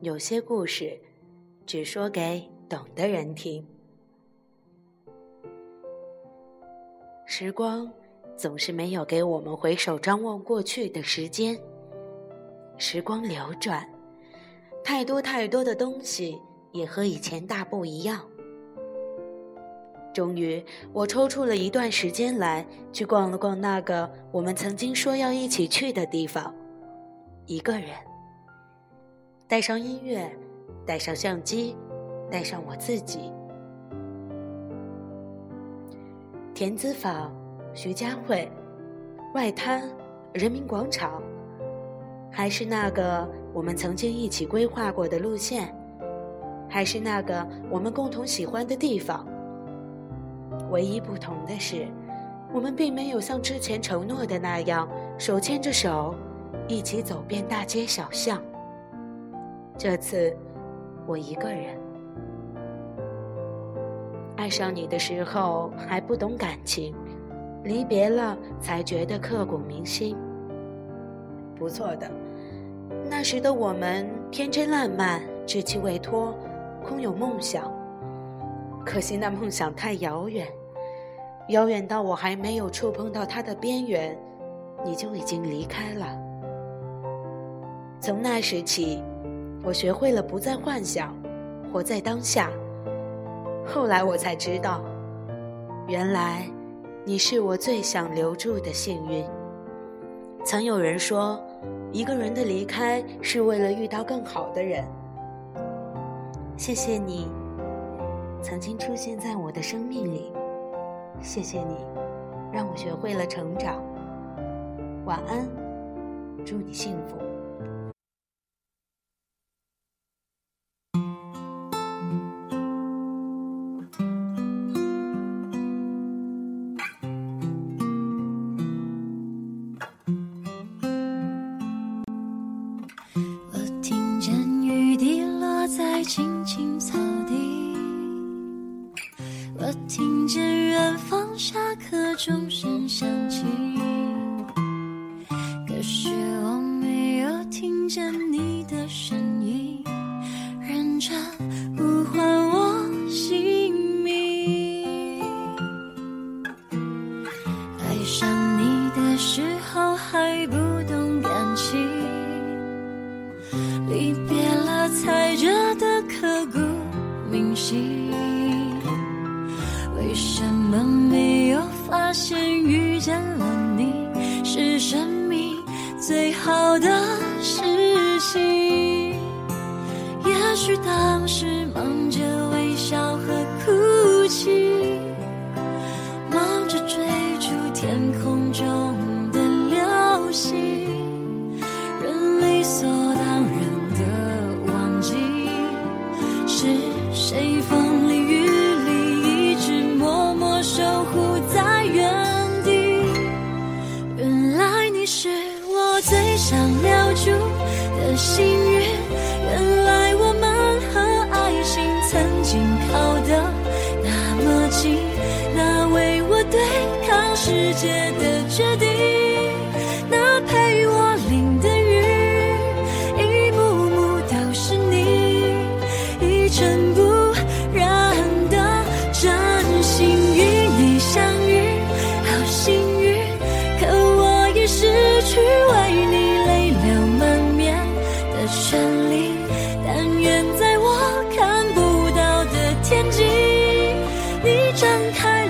有些故事只说给懂的人听。时光总是没有给我们回首张望过去的时间，时光流转，太多太多的东西也和以前大不一样。终于我抽出了一段时间来去逛了逛那个我们曾经说要一起去的地方，一个人带上音乐，带上相机，带上我自己。田子坊、徐家汇、外滩、人民广场，还是那个我们曾经一起规划过的路线，还是那个我们共同喜欢的地方。唯一不同的是，我们并没有像之前承诺的那样手牵着手一起走遍大街小巷。这次我一个人。爱上你的时候还不懂感情，离别了才觉得刻骨铭心。不错的，那时的我们天真烂漫，稚气未脱，空有梦想。可惜那梦想太遥远，遥远到我还没有触碰到它的边缘，你就已经离开了。从那时起，我学会了不再幻想，活在当下。后来我才知道，原来你是我最想留住的幸运。曾有人说，一个人的离开是为了遇到更好的人。谢谢你曾经出现在我的生命里，谢谢你让我学会了成长。晚安，祝你幸福。 青青草地，我听见远方下课钟声响起，可是我没有听见你的声音，认真呼唤我姓名。爱上你的时候还不懂感情，离别了才觉得刻骨铭心。为什么没有发现遇见了你是生命最好的事情？也许当时忙着微笑和哭泣，忙着追逐天空中的流星，人理所当然的忘记是谁风里雨里一直默默守护在原地。原来你是我最想留住的幸运，原来我们和爱情曾经靠得那么近，那为我对抗世界的决定，那陪我淋的雨，一幕幕都是你，一尘不染的真心与你相遇，好幸运，可我已失去为你泪流满面的权利，但愿在我看不到的天际，你张开